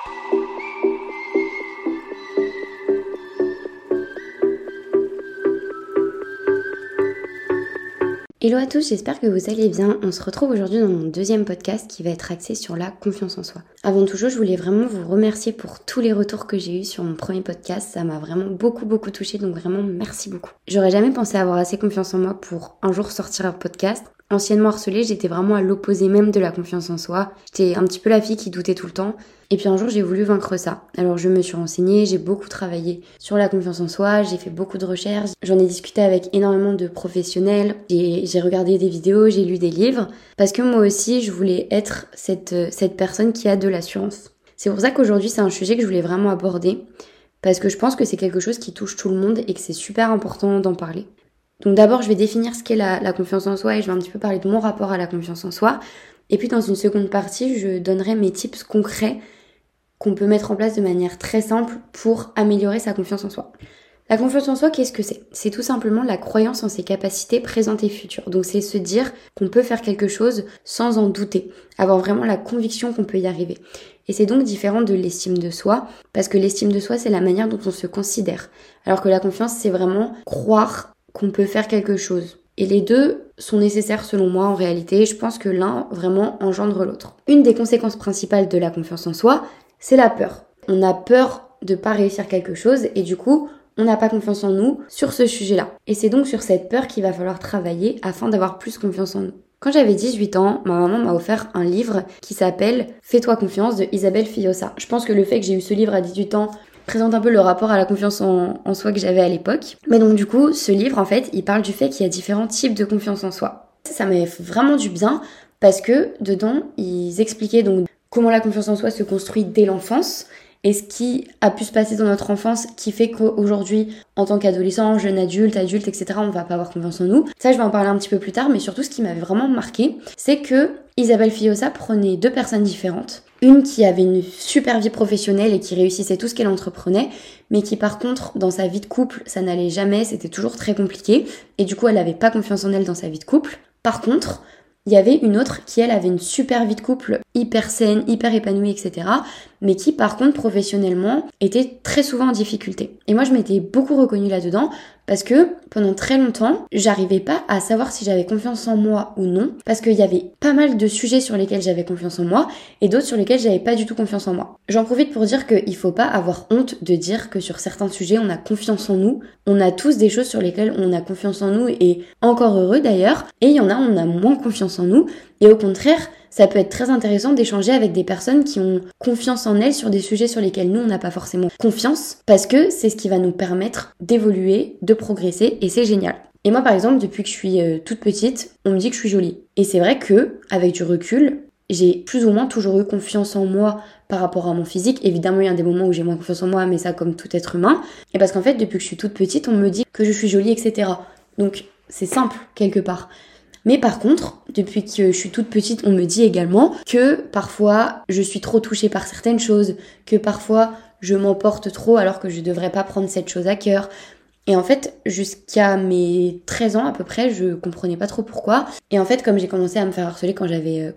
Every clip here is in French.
Hello à tous, j'espère que vous allez bien. On se retrouve aujourd'hui dans mon deuxième podcast qui va être axé sur la confiance en soi. Avant toute chose, je voulais vraiment vous remercier pour tous les retours que j'ai eus sur mon premier podcast. Ça m'a vraiment beaucoup touchée, donc vraiment merci beaucoup. J'aurais jamais pensé avoir assez confiance en moi pour un jour sortir un podcast. Anciennement harcelée, j'étais vraiment à l'opposé même de la confiance en soi. J'étais un petit peu la fille qui doutait tout le temps. Et puis un jour, j'ai voulu vaincre ça. Alors je me suis renseignée, j'ai beaucoup travaillé sur la confiance en soi, j'ai fait beaucoup de recherches. J'en ai discuté avec énormément de professionnels. J'ai regardé des vidéos, j'ai lu des livres. Parce que moi aussi, je voulais être cette personne qui a de l'assurance. C'est pour ça qu'aujourd'hui, c'est un sujet que je voulais vraiment aborder. Parce que je pense que c'est quelque chose qui touche tout le monde et que c'est super important d'en parler. Donc d'abord, je vais définir ce qu'est la confiance en soi et je vais un petit peu parler de mon rapport à la confiance en soi. Et puis dans une seconde partie, je donnerai mes tips concrets qu'on peut mettre en place de manière très simple pour améliorer sa confiance en soi. La confiance en soi, qu'est-ce que c'est ? C'est tout simplement la croyance en ses capacités présentes et futures. Donc c'est se dire qu'on peut faire quelque chose sans en douter, avoir vraiment la conviction qu'on peut y arriver. Et c'est donc différent de l'estime de soi, parce que l'estime de soi, c'est la manière dont on se considère. Alors que la confiance, c'est vraiment croire qu'on peut faire quelque chose. Et les deux sont nécessaires selon moi en réalité. Je pense que l'un vraiment engendre l'autre. Une des conséquences principales de la confiance en soi, c'est la peur. On a peur de pas réussir quelque chose et du coup, on n'a pas confiance en nous sur ce sujet-là. Et c'est donc sur cette peur qu'il va falloir travailler afin d'avoir plus confiance en nous. Quand j'avais 18 ans, ma maman m'a offert un livre qui s'appelle « Fais-toi confiance » de Isabelle Fillosa. Je pense que le fait que j'ai eu ce livre à 18 ans présente un peu le rapport à la confiance en soi que j'avais à l'époque. Mais donc du coup, ce livre, en fait, il parle du fait qu'il y a différents types de confiance en soi. Ça m'a fait vraiment du bien parce que dedans, ils expliquaient donc comment la confiance en soi se construit dès l'enfance et ce qui a pu se passer dans notre enfance qui fait qu'aujourd'hui, en tant qu'adolescent, jeune adulte, etc., on va pas avoir confiance en nous. Ça, je vais en parler un petit peu plus tard, mais surtout, ce qui m'avait vraiment marqué, c'est que Isabelle Fillosa prenait deux personnes différentes. Une qui avait une super vie professionnelle et qui réussissait tout ce qu'elle entreprenait, mais qui par contre, dans sa vie de couple, ça n'allait jamais, c'était toujours très compliqué, et du coup, elle avait pas confiance en elle dans sa vie de couple. Par contre, il y avait une autre qui, elle, avait une super vie de couple, hyper saine, hyper épanouie, etc. Mais qui, par contre, professionnellement, était très souvent en difficulté. Et moi, je m'étais beaucoup reconnue là-dedans parce que pendant très longtemps, j'arrivais pas à savoir si j'avais confiance en moi ou non. Parce qu'il y avait pas mal de sujets sur lesquels j'avais confiance en moi et d'autres sur lesquels j'avais pas du tout confiance en moi. J'en profite pour dire qu'il faut pas avoir honte de dire que sur certains sujets, on a confiance en nous. On a tous des choses sur lesquelles on a confiance en nous et encore heureux d'ailleurs. Et il y en a, on a moins confiance en nous. Et au contraire, ça peut être très intéressant d'échanger avec des personnes qui ont confiance en elles sur des sujets sur lesquels nous, on n'a pas forcément confiance, parce que c'est ce qui va nous permettre d'évoluer, de progresser, et c'est génial. Et moi, par exemple, depuis que je suis toute petite, on me dit que je suis jolie. Et c'est vrai que, avec du recul, j'ai plus ou moins toujours eu confiance en moi par rapport à mon physique. Évidemment, il y a des moments où j'ai moins confiance en moi, mais ça comme tout être humain. Et parce qu'en fait, depuis que je suis toute petite, on me dit que je suis jolie, etc. Donc, c'est simple, quelque part. Mais par contre, depuis que je suis toute petite, on me dit également que parfois je suis trop touchée par certaines choses, que parfois je m'emporte trop alors que je devrais pas prendre cette chose à cœur. Et en fait, jusqu'à mes 13 ans à peu près, je comprenais pas trop pourquoi. Et en fait, comme j'ai commencé à me faire harceler quand j'avais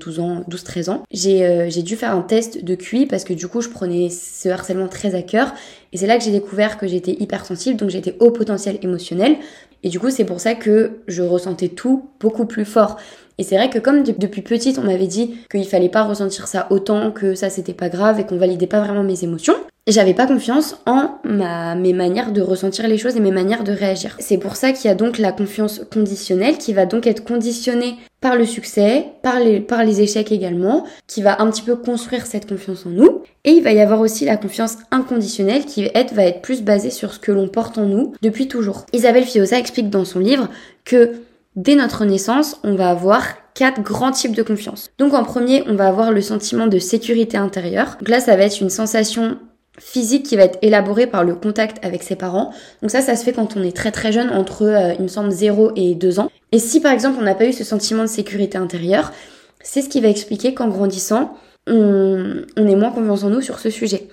12-13 ans, j'ai dû faire un test de QI parce que du coup, je prenais ce harcèlement très à cœur. Et c'est là que j'ai découvert que j'étais hypersensible, donc j'étais haut potentiel émotionnel. Et du coup, c'est pour ça que je ressentais tout beaucoup plus fort. Et c'est vrai que comme depuis petite, on m'avait dit qu'il fallait pas ressentir ça autant, que ça c'était pas grave et qu'on validait pas vraiment mes émotions, j'avais pas confiance en mes manières de ressentir les choses et mes manières de réagir. C'est pour ça qu'il y a donc la confiance conditionnelle qui va donc être conditionnée par le succès, par les échecs également, qui va un petit peu construire cette confiance en nous. Et il va y avoir aussi la confiance inconditionnelle qui va être plus basée sur ce que l'on porte en nous depuis toujours. Isabelle Fillosa explique dans son livre que dès notre naissance, on va avoir 4 grands types de confiance. Donc en premier, on va avoir le sentiment de sécurité intérieure. Donc là, ça va être une sensation physique qui va être élaborée par le contact avec ses parents. Donc ça se fait quand on est très très jeune, entre, il me semble, 0 et 2 ans. Et si par exemple, on n'a pas eu ce sentiment de sécurité intérieure, c'est ce qui va expliquer qu'en grandissant, on ait moins confiance en nous sur ce sujet.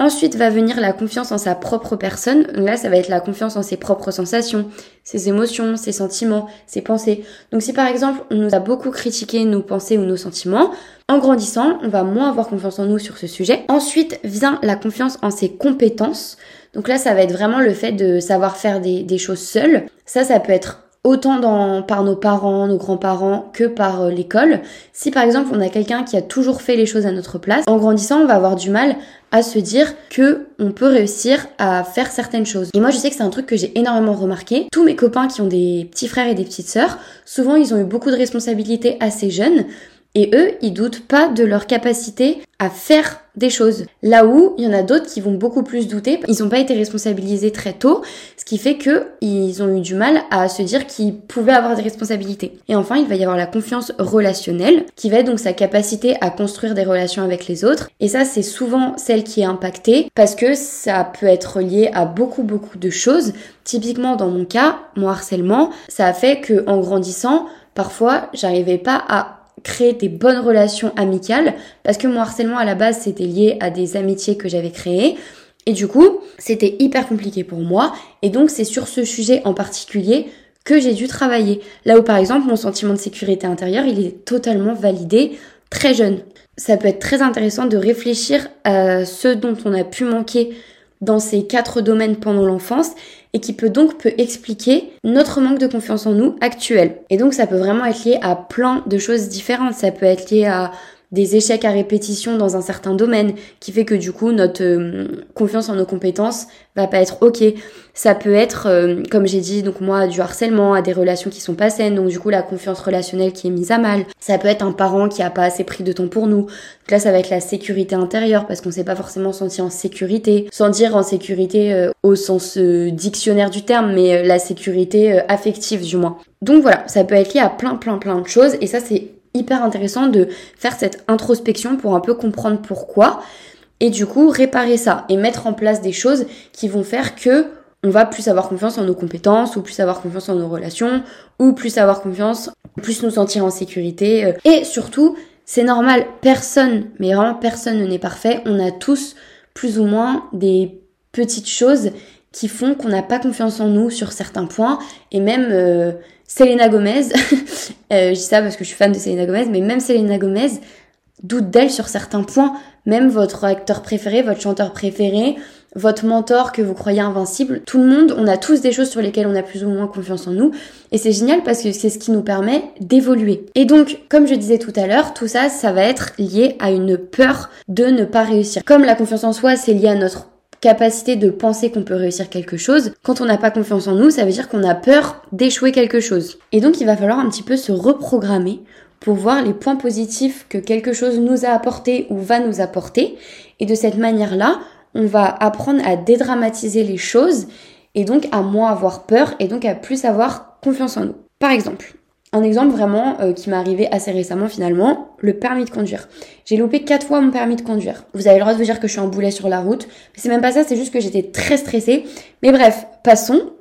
Ensuite va venir la confiance en sa propre personne. Là, ça va être la confiance en ses propres sensations, ses émotions, ses sentiments, ses pensées. Donc si par exemple, on nous a beaucoup critiqué nos pensées ou nos sentiments, en grandissant, on va moins avoir confiance en nous sur ce sujet. Ensuite vient la confiance en ses compétences. Donc là, ça va être vraiment le fait de savoir faire des choses seules. Ça peut être autant par nos parents, nos grands-parents que par l'école. Si par exemple on a quelqu'un qui a toujours fait les choses à notre place, en grandissant on va avoir du mal à se dire que on peut réussir à faire certaines choses. Et moi je sais que c'est un truc que j'ai énormément remarqué. Tous mes copains qui ont des petits frères et des petites sœurs, souvent ils ont eu beaucoup de responsabilités assez jeunes. Et eux, ils doutent pas de leur capacité à faire des choses. Là où il y en a d'autres qui vont beaucoup plus douter. Ils n'ont pas été responsabilisés très tôt, ce qui fait que ils ont eu du mal à se dire qu'ils pouvaient avoir des responsabilités. Et enfin, il va y avoir la confiance relationnelle, qui va être donc sa capacité à construire des relations avec les autres. Et ça, c'est souvent celle qui est impactée parce que ça peut être lié à beaucoup de choses. Typiquement, dans mon cas, mon harcèlement, ça a fait que en grandissant, parfois, j'arrivais pas à créer des bonnes relations amicales parce que mon harcèlement à la base c'était lié à des amitiés que j'avais créées et du coup c'était hyper compliqué pour moi et donc c'est sur ce sujet en particulier que j'ai dû travailler. Là où par exemple mon sentiment de sécurité intérieure il est totalement validé très jeune. Ça peut être très intéressant de réfléchir à ce dont on a pu manquer dans ces 4 domaines pendant l'enfance et qui peut expliquer notre manque de confiance en nous actuel. Et donc ça peut vraiment être lié à plein de choses différentes. Ça peut être lié à des échecs à répétition dans un certain domaine qui fait que du coup notre confiance en nos compétences va pas être ok. Ça peut être, comme j'ai dit, donc moi du harcèlement, à des relations qui sont pas saines, donc du coup la confiance relationnelle qui est mise à mal. Ça peut être un parent qui a pas assez pris de temps pour nous. Donc là ça va être la sécurité intérieure parce qu'on s'est pas forcément senti en sécurité, sans dire en sécurité au sens dictionnaire du terme, mais la sécurité affective du moins. Donc voilà, ça peut être lié à plein de choses et ça c'est hyper intéressant de faire cette introspection pour un peu comprendre pourquoi et du coup réparer ça et mettre en place des choses qui vont faire que on va plus avoir confiance en nos compétences ou plus avoir confiance en nos relations ou plus avoir confiance, plus nous sentir en sécurité et surtout c'est normal, personne, mais vraiment personne n'est parfait, on a tous plus ou moins des petites choses qui font qu'on n'a pas confiance en nous sur certains points et même Selena Gomez, je dis ça parce que je suis fan de Selena Gomez, mais même Selena Gomez doute d'elle sur certains points, même votre acteur préféré, votre chanteur préféré, votre mentor que vous croyez invincible, tout le monde, on a tous des choses sur lesquelles on a plus ou moins confiance en nous et c'est génial parce que c'est ce qui nous permet d'évoluer. Et donc, comme je disais tout à l'heure, tout ça, ça va être lié à une peur de ne pas réussir. Comme la confiance en soi, c'est lié à notre capacité de penser qu'on peut réussir quelque chose. Quand on n'a pas confiance en nous, ça veut dire qu'on a peur d'échouer quelque chose. Et donc il va falloir un petit peu se reprogrammer pour voir les points positifs que quelque chose nous a apporté ou va nous apporter. Et de cette manière-là, on va apprendre à dédramatiser les choses et donc à moins avoir peur et donc à plus avoir confiance en nous. Par exemple, un exemple vraiment qui m'est arrivé assez récemment finalement, le permis de conduire. J'ai loupé 4 fois mon permis de conduire. Vous avez le droit de vous dire que je suis un boulet sur la route. Mais c'est même pas ça, c'est juste que j'étais très stressée. Mais bref, passons.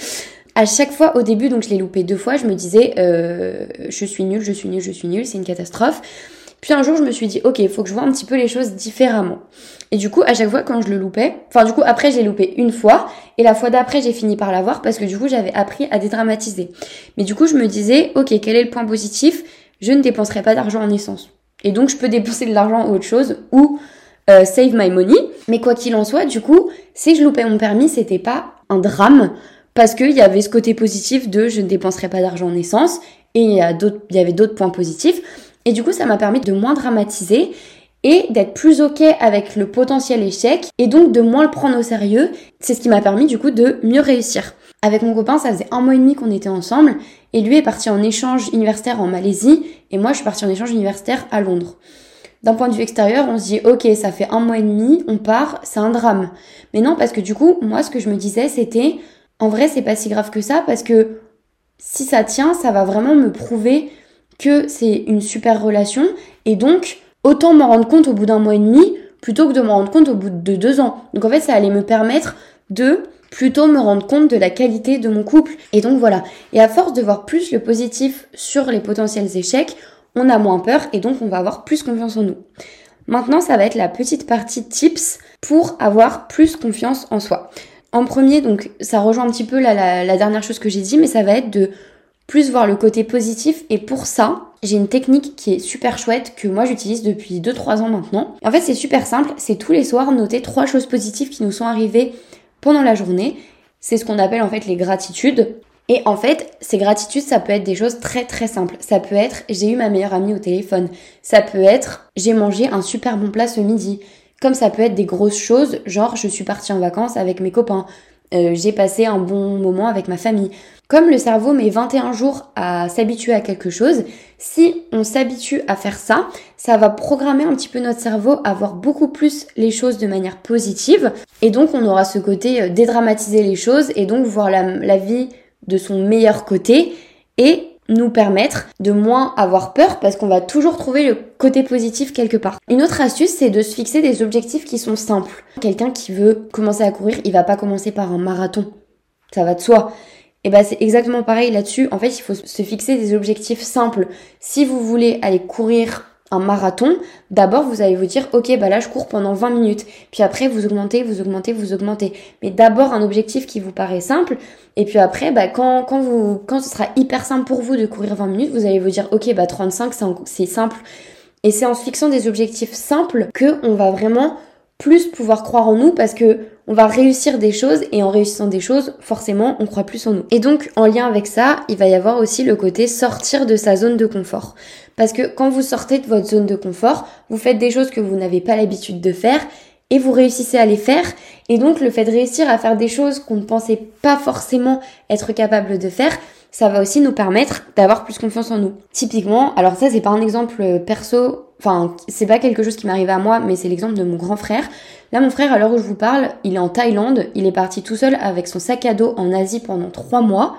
À chaque fois au début, donc je l'ai loupé 2 fois, je me disais je suis nulle, c'est une catastrophe. Puis un jour, je me suis dit, ok, il faut que je vois un petit peu les choses différemment. Et du coup, à chaque fois, quand je le loupais, après, je l'ai loupé une fois, et la fois d'après, j'ai fini par l'avoir parce que du coup, j'avais appris à dédramatiser. Mais du coup, je me disais, ok, quel est le point positif ? Je ne dépenserai pas d'argent en essence. Et donc, je peux dépenser de l'argent en autre chose ou save my money. Mais quoi qu'il en soit, du coup, si je loupais mon permis, c'était pas un drame parce qu'il y avait ce côté positif de je ne dépenserai pas d'argent en essence et il y avait d'autres points positifs. Et du coup, ça m'a permis de moins dramatiser et d'être plus ok avec le potentiel échec et donc de moins le prendre au sérieux. C'est ce qui m'a permis du coup de mieux réussir. Avec mon copain, ça faisait 1 mois et demi qu'on était ensemble et lui est parti en échange universitaire en Malaisie et moi je suis partie en échange universitaire à Londres. D'un point de vue extérieur, on se dit ok, ça fait 1 mois et demi, on part, c'est un drame. Mais non, parce que du coup, moi ce que je me disais c'était en vrai c'est pas si grave que ça parce que si ça tient, ça va vraiment me prouver que c'est une super relation et donc autant m'en rendre compte au bout d'1 mois et demi plutôt que de m'en rendre compte au bout de 2 ans. Donc en fait ça allait me permettre de plutôt me rendre compte de la qualité de mon couple. Et donc voilà. Et à force de voir plus le positif sur les potentiels échecs, on a moins peur et donc on va avoir plus confiance en nous. Maintenant, ça va être la petite partie tips pour avoir plus confiance en soi. En premier, donc ça rejoint un petit peu la dernière chose que j'ai dit, mais ça va être de plus voir le côté positif. Et pour ça, j'ai une technique qui est super chouette que moi j'utilise depuis 2-3 ans maintenant. En fait, c'est super simple, c'est tous les soirs noter 3 choses positives qui nous sont arrivées pendant la journée. C'est ce qu'on appelle en fait les gratitudes. Et en fait, ces gratitudes, ça peut être des choses très très simples. Ça peut être j'ai eu ma meilleure amie au téléphone. Ça peut être j'ai mangé un super bon plat ce midi. Comme ça peut être des grosses choses, genre je suis partie en vacances avec mes copains. J'ai passé un bon moment avec ma famille. Comme le cerveau met 21 jours à s'habituer à quelque chose, si on s'habitue à faire ça, ça va programmer un petit peu notre cerveau à voir beaucoup plus les choses de manière positive. Et donc on aura ce côté dédramatiser les choses et donc voir la vie de son meilleur côté et nous permettre de moins avoir peur parce qu'on va toujours trouver le côté positif quelque part. Une autre astuce, c'est de se fixer des objectifs qui sont simples. Quelqu'un qui veut commencer à courir, il va pas commencer par un marathon. Ça va de soi. Et bah c'est exactement pareil là-dessus. En fait, il faut se fixer des objectifs simples. Si vous voulez aller courir un marathon, d'abord vous allez vous dire ok bah là je cours pendant 20 minutes, puis après vous augmentez, mais d'abord un objectif qui vous paraît simple, et puis après bah quand ce sera hyper simple pour vous de courir 20 minutes, vous allez vous dire ok bah 35 c'est simple, et c'est en se fixant des objectifs simples que on va vraiment plus pouvoir croire en nous parce que on va réussir des choses et en réussissant des choses, forcément, on croit plus en nous. Et donc, en lien avec ça, il va y avoir aussi le côté sortir de sa zone de confort. Parce que quand vous sortez de votre zone de confort, vous faites des choses que vous n'avez pas l'habitude de faire et vous réussissez à les faire. Et donc, le fait de réussir à faire des choses qu'on ne pensait pas forcément être capable de faire, ça va aussi nous permettre d'avoir plus confiance en nous. Typiquement, alors ça, c'est pas un exemple perso, enfin, c'est pas quelque chose qui m'arrive à moi, mais c'est l'exemple de mon grand frère. Là, mon frère, à l'heure où je vous parle, il est en Thaïlande, il est parti tout seul avec son sac à dos en Asie pendant 3 mois.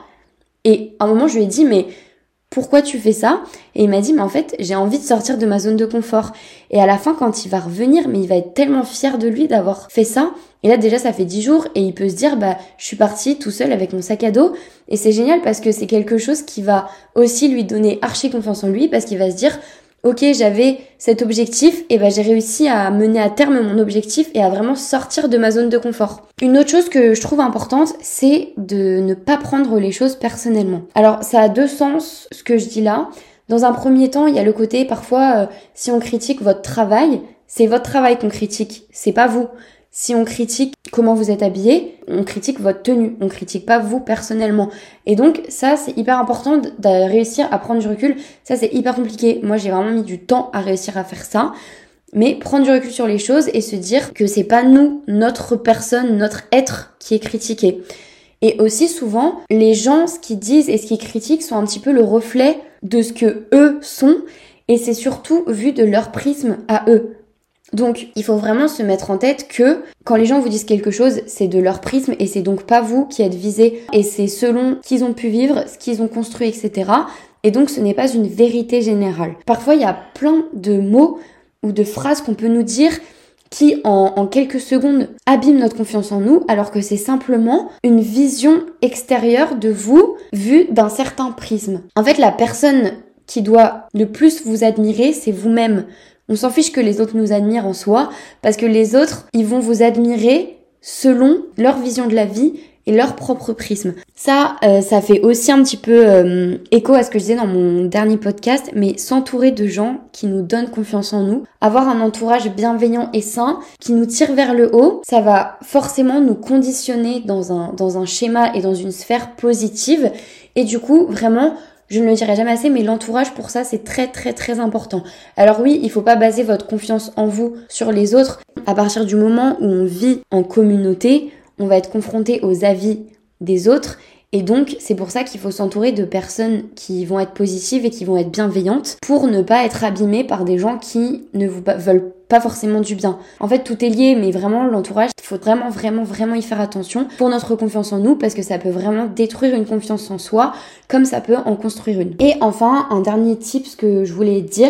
Et à un moment, je lui ai dit, mais pourquoi tu fais ça? Et il m'a dit, mais en fait, j'ai envie de sortir de ma zone de confort. Et à la fin, quand il va revenir, mais il va être tellement fier de lui d'avoir fait ça. Et là, déjà, ça fait 10 jours et il peut se dire, bah, je suis partie tout seul avec mon sac à dos. Et c'est génial parce que c'est quelque chose qui va aussi lui donner archi confiance en lui parce qu'il va se dire, ok, j'avais cet objectif et ben j'ai réussi à mener à terme mon objectif et à vraiment sortir de ma zone de confort. Une autre chose que je trouve importante, c'est de ne pas prendre les choses personnellement. Alors ça a 2 sens ce que je dis là. Dans un premier temps, il y a le côté parfois si on critique votre travail, c'est votre travail qu'on critique, c'est pas vous. Si on critique comment vous êtes habillé, on critique votre tenue, on critique pas vous personnellement. Et donc ça, c'est hyper important de réussir à prendre du recul. Ça, c'est hyper compliqué. Moi, j'ai vraiment mis du temps à réussir à faire ça. Mais prendre du recul sur les choses et se dire que c'est pas nous, notre personne, notre être qui est critiqué. Et aussi souvent, les gens, ce qu'ils disent et ce qu'ils critiquent sont un petit peu le reflet de ce que eux sont. Et c'est surtout vu de leur prisme à eux. Donc, il faut vraiment se mettre en tête que quand les gens vous disent quelque chose, c'est de leur prisme et c'est donc pas vous qui êtes visé et c'est selon qu'ils ont pu vivre, ce qu'ils ont construit, etc. Et donc, ce n'est pas une vérité générale. Parfois, il y a plein de mots ou de phrases qu'on peut nous dire qui, en quelques secondes, abîment notre confiance en nous, alors que c'est simplement une vision extérieure de vous vue d'un certain prisme. En fait, la personne qui doit le plus vous admirer, c'est vous-même. On s'en fiche que les autres nous admirent en soi, parce que les autres, ils vont vous admirer selon leur vision de la vie et leur propre prisme. Ça fait aussi un petit peu écho à ce que je disais dans mon dernier podcast, mais s'entourer de gens qui nous donnent confiance en nous, avoir un entourage bienveillant et sain qui nous tire vers le haut, ça va forcément nous conditionner dans un schéma et dans une sphère positive, et du coup, vraiment, je ne le dirai jamais assez, mais l'entourage pour ça, c'est très très très important. Alors oui, il faut pas baser votre confiance en vous sur les autres. À partir du moment où on vit en communauté, on va être confronté aux avis des autres. Et donc, c'est pour ça qu'il faut s'entourer de personnes qui vont être positives et qui vont être bienveillantes pour ne pas être abîmé par des gens qui ne vous veulent pas forcément du bien. En fait, tout est lié, mais vraiment, l'entourage, il faut vraiment y faire attention pour notre confiance en nous parce que ça peut vraiment détruire une confiance en soi comme ça peut en construire une. Et enfin, un dernier tip que je voulais dire,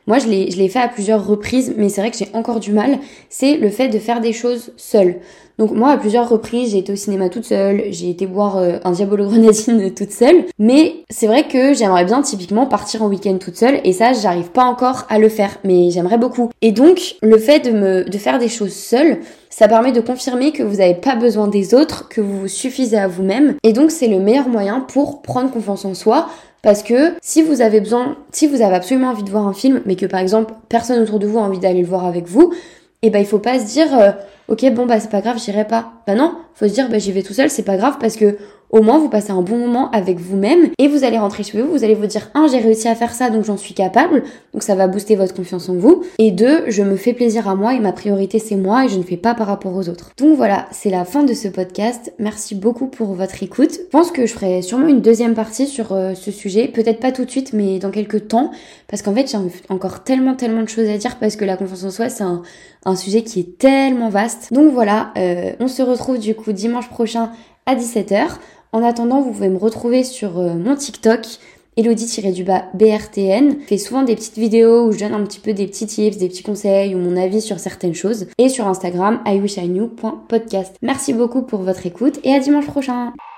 moi je l'ai fait à plusieurs reprises, mais c'est vrai que j'ai encore du mal, c'est le fait de faire des choses seule. Donc moi, à plusieurs reprises, j'ai été au cinéma toute seule, j'ai été boire un Diabolo Grenadine toute seule, mais c'est vrai que j'aimerais bien typiquement partir en week-end toute seule, et ça, j'arrive pas encore à le faire, mais j'aimerais beaucoup. Et donc, le fait de faire des choses seule, ça permet de confirmer que vous n'avez pas besoin des autres, que vous vous suffisez à vous-même, et donc c'est le meilleur moyen pour prendre confiance en soi. Parce que si vous avez absolument envie de voir un film, mais que par exemple personne autour de vous a envie d'aller le voir avec vous, et ben il faut pas se dire ok bon bah c'est pas grave, j'irai pas. Bah non, faut se dire bah j'y vais tout seul, c'est pas grave, parce que au moins vous passez un bon moment avec vous-même et vous allez rentrer chez vous, vous allez vous dire j'ai réussi à faire ça donc j'en suis capable, donc ça va booster votre confiance en vous, et 2, je me fais plaisir à moi et ma priorité c'est moi et je ne fais pas par rapport aux autres. Donc voilà, c'est la fin de ce podcast. Merci beaucoup pour votre écoute. Je pense que je ferai sûrement une deuxième partie sur ce sujet, peut-être pas tout de suite mais dans quelques temps, parce qu'en fait j'ai encore tellement de choses à dire, parce que la confiance en soi c'est un sujet qui est tellement vaste. Donc voilà, on se retrouve du coup dimanche prochain à 17h. En attendant, vous pouvez me retrouver sur mon TikTok, Elodie-BRTN. Je fais souvent des petites vidéos où je donne un petit peu des petits tips, des petits conseils ou mon avis sur certaines choses. Et sur Instagram, iwishiknew.podcast. Merci beaucoup pour votre écoute et à dimanche prochain.